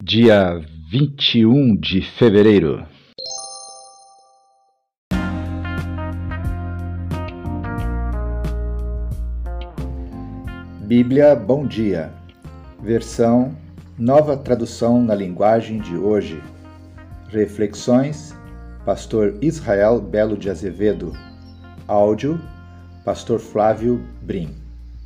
dia 21 de fevereiro. Bíblia Bom Dia, versão Nova Tradução na Linguagem de Hoje. Reflexões, Pastor Israel Belo de Azevedo. Áudio, Pastor Flávio Brim.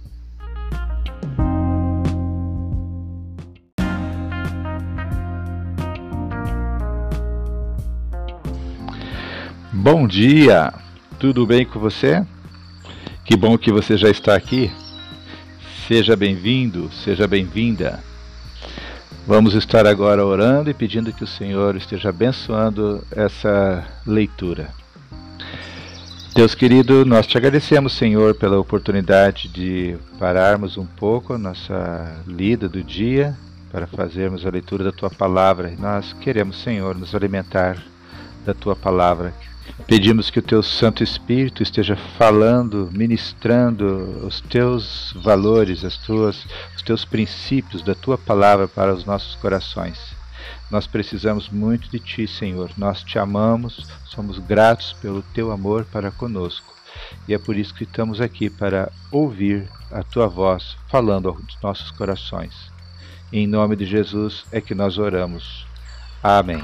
Bom dia! Tudo bem com você? Que bom que você já está aqui. Seja bem-vindo, seja bem-vinda. Vamos estar agora orando e pedindo que o Senhor esteja abençoando essa leitura. Deus querido, nós te agradecemos, Senhor, pela oportunidade de pararmos um pouco a nossa lida do dia para fazermos a leitura da Tua Palavra. Nós queremos, Senhor, nos alimentar da Tua Palavra. Pedimos que o Teu Santo Espírito esteja falando, ministrando os Teus valores, os Teus princípios da Tua Palavra para os nossos corações. Nós precisamos muito de Ti, Senhor. Nós Te amamos, somos gratos pelo Teu amor para conosco. E é por isso que estamos aqui para ouvir a Tua voz falando aos nossos corações. Em nome de Jesus é que nós oramos. Amém.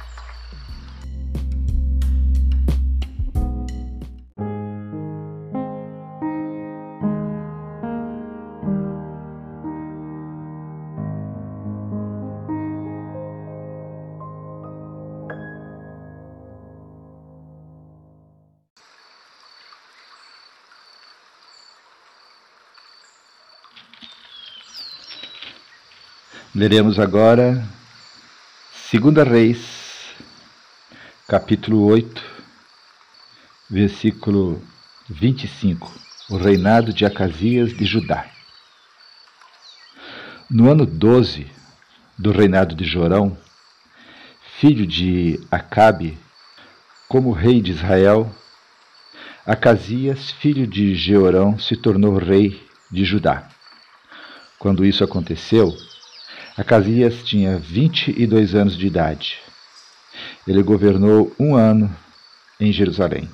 Leremos agora 2 Reis, capítulo 8, versículo 25, o reinado de Acasias de Judá. No ano 12 do reinado de Jorão, filho de Acabe, como rei de Israel, Acasias, filho de Jeorão, se tornou rei de Judá. Quando isso aconteceu, Acasias tinha 22 anos de idade. Ele governou 1 ano em Jerusalém.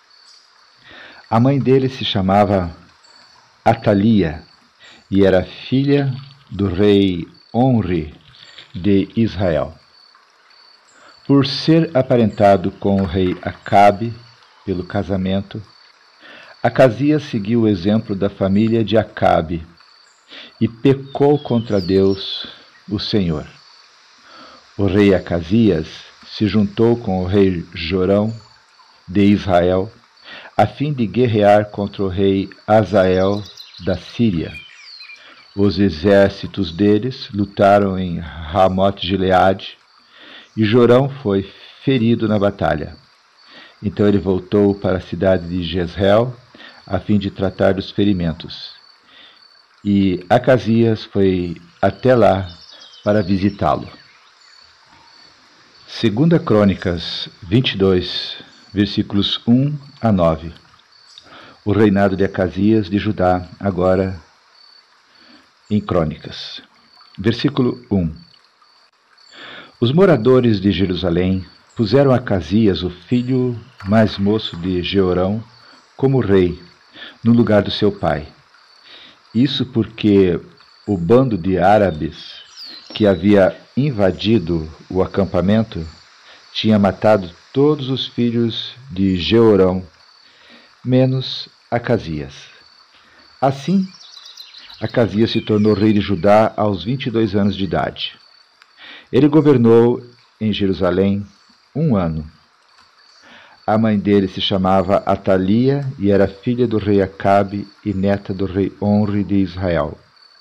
A mãe dele se chamava Atalia e era filha do rei Onri de Israel. Por ser aparentado com o rei Acabe pelo casamento, Acasias seguiu o exemplo da família de Acabe e pecou contra Deus, o Senhor. O rei Acasias se juntou com o rei Jorão de Israel a fim de guerrear contra o rei Azael da Síria. Os exércitos deles lutaram em Ramote-Gileade e Jorão foi ferido na batalha. Então ele voltou para a cidade de Jezreel a fim de tratar dos ferimentos. E Acasias foi até lá para visitá-lo. 2 Crônicas 22, versículos 1 a 9. O reinado de Acasias de Judá, agora em Crônicas. Versículo 1. Os moradores de Jerusalém puseram Acasias, o filho mais moço de Jeorão, como rei, no lugar do seu pai. Isso porque o bando de árabes que havia invadido o acampamento tinha matado todos os filhos de Jeorão, menos Acasias. Assim, Acasias se tornou rei de Judá aos 22 anos de idade. Ele governou em Jerusalém 1 ano. A mãe dele se chamava Atalia e era filha do rei Acabe e neta do rei Onri de Israel.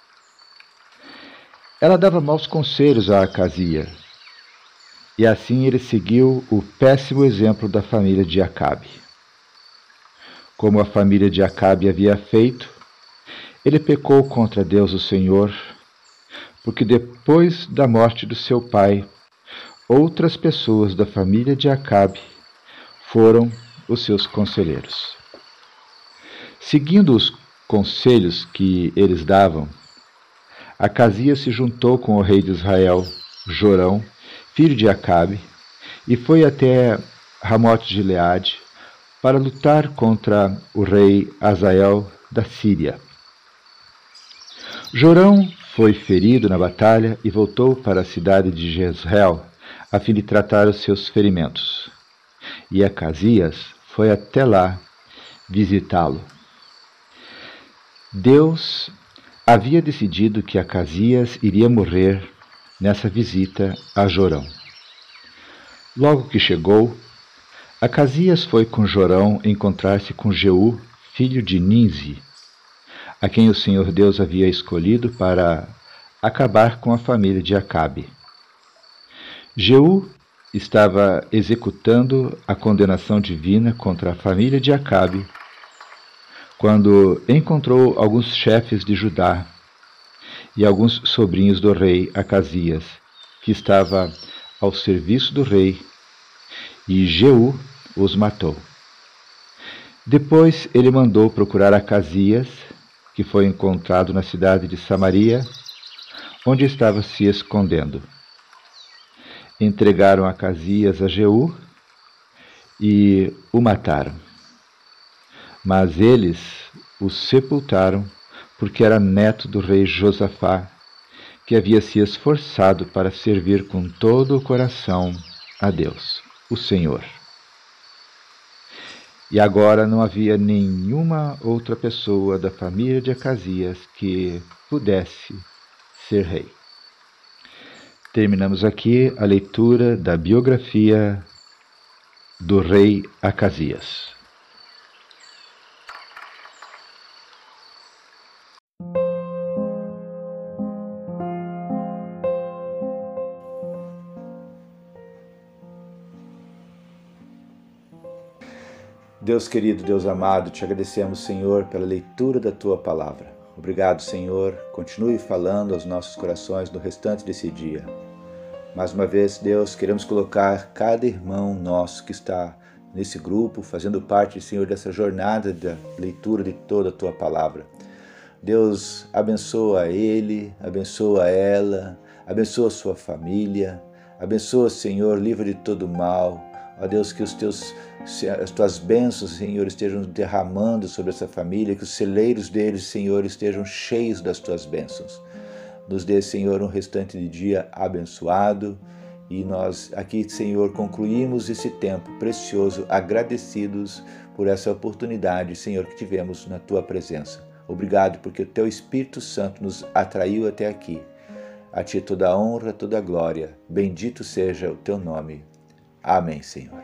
Ela dava maus conselhos a Acasias, e assim ele seguiu o péssimo exemplo da família de Acabe. Como a família de Acabe havia feito, ele pecou contra Deus o Senhor, porque depois da morte do seu pai, outras pessoas da família de Acabe foram os seus conselheiros. Seguindo os conselhos que eles davam, Acasias se juntou com o rei de Israel, Jorão, filho de Acabe, e foi até Ramote-Gileade para lutar contra o rei Hazael da Síria. Jorão foi ferido na batalha e voltou para a cidade de Jezreel a fim de tratar os seus ferimentos. E Acasias foi até lá visitá-lo. Deus havia decidido que Acasias iria morrer nessa visita a Jorão. Logo que chegou, Acasias foi com Jorão encontrar-se com Jeú, filho de Ninzi, a quem o Senhor Deus havia escolhido para acabar com a família de Acabe. Jeú estava executando a condenação divina contra a família de Acabe quando encontrou alguns chefes de Judá e alguns sobrinhos do rei Acasias, que estava ao serviço do rei, e Jeú os matou. Depois ele mandou procurar Acasias, que foi encontrado na cidade de Samaria, onde estava se escondendo. Entregaram Acasias a Jeú e o mataram. Mas eles o sepultaram porque era neto do rei Josafá, que havia se esforçado para servir com todo o coração a Deus, o Senhor. E agora não havia nenhuma outra pessoa da família de Acasias que pudesse ser rei. Terminamos aqui a leitura da biografia do rei Acasias. Deus querido, Deus amado, te agradecemos, Senhor, pela leitura da Tua Palavra. Obrigado, Senhor. Continue falando aos nossos corações no restante desse dia. Mais uma vez, Deus, queremos colocar cada irmão nosso que está nesse grupo, fazendo parte, Senhor, dessa jornada da leitura de toda a Tua Palavra. Deus, abençoa ele, abençoa ela, abençoa a sua família, abençoa, Senhor, livra de todo mal. Ó Deus, que as Tuas bênçãos, Senhor, estejam derramando sobre essa família, que os celeiros deles, Senhor, estejam cheios das Tuas bênçãos. Nos dê, Senhor, um restante de dia abençoado e nós aqui, Senhor, concluímos esse tempo precioso, agradecidos por essa oportunidade, Senhor, que tivemos na Tua presença. Obrigado porque o Teu Espírito Santo nos atraiu até aqui. A Ti toda a honra, toda a glória. Bendito seja o Teu nome. Amém, Senhor.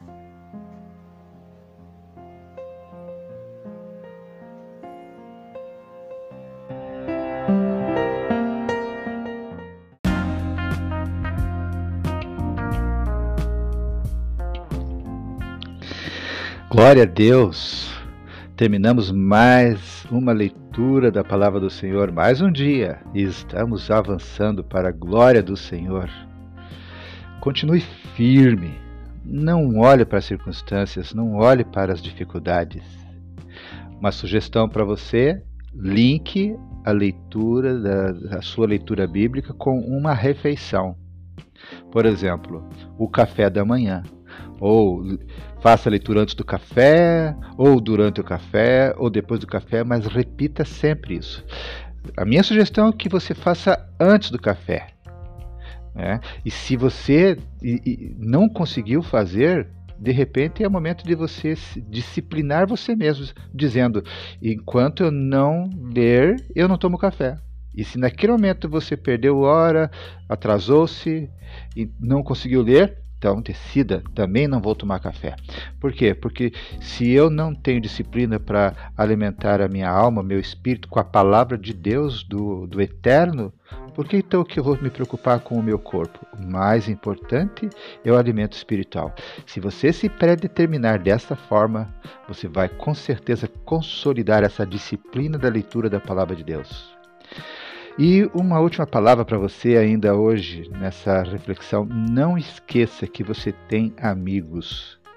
Glória a Deus! Terminamos mais uma leitura da Palavra do Senhor, mais um dia, e estamos avançando para a glória do Senhor. Continue firme, não olhe para as circunstâncias, não olhe para as dificuldades. Uma sugestão para você, linke a leitura a sua leitura bíblica com uma refeição. Por exemplo, o café da manhã. Ou faça a leitura antes do café, ou durante o café, ou depois do café, mas repita sempre isso. A minha sugestão é que você faça antes do café. E se você não conseguiu fazer, de repente é o momento de você disciplinar você mesmo, dizendo: enquanto eu não ler, eu não tomo café. E se naquele momento você perdeu hora, atrasou-se e não conseguiu ler, então decida, também não vou tomar café. Por quê? Porque se eu não tenho disciplina para alimentar a minha alma, meu espírito com a palavra de Deus, do eterno, por que então que eu vou me preocupar com o meu corpo? O mais importante é o alimento espiritual. Se você se predeterminar dessa forma, você vai com certeza consolidar essa disciplina da leitura da palavra de Deus. E uma última palavra para você ainda hoje, nessa reflexão: não esqueça que você tem amigos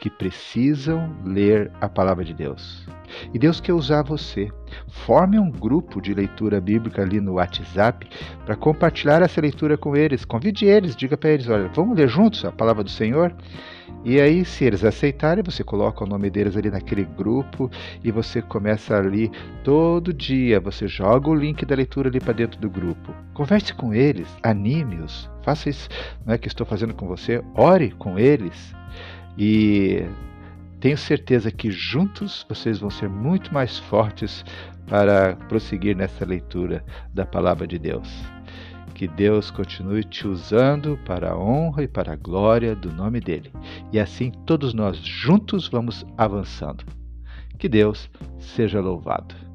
que precisam ler a palavra de Deus. E Deus quer usar você. Forme um grupo de leitura bíblica ali no WhatsApp para compartilhar essa leitura com eles. Convide eles, diga para eles, olha, vamos ler juntos a palavra do Senhor? E aí, se eles aceitarem, você coloca o nome deles ali naquele grupo e você começa ali todo dia, você joga o link da leitura ali para dentro do grupo. Converse com eles, anime-os, faça isso, não é que estou fazendo com você, ore com eles e tenho certeza que juntos vocês vão ser muito mais fortes para prosseguir nessa leitura da palavra de Deus. Que Deus continue te usando para a honra e para a glória do nome dele. E assim todos nós juntos vamos avançando. Que Deus seja louvado.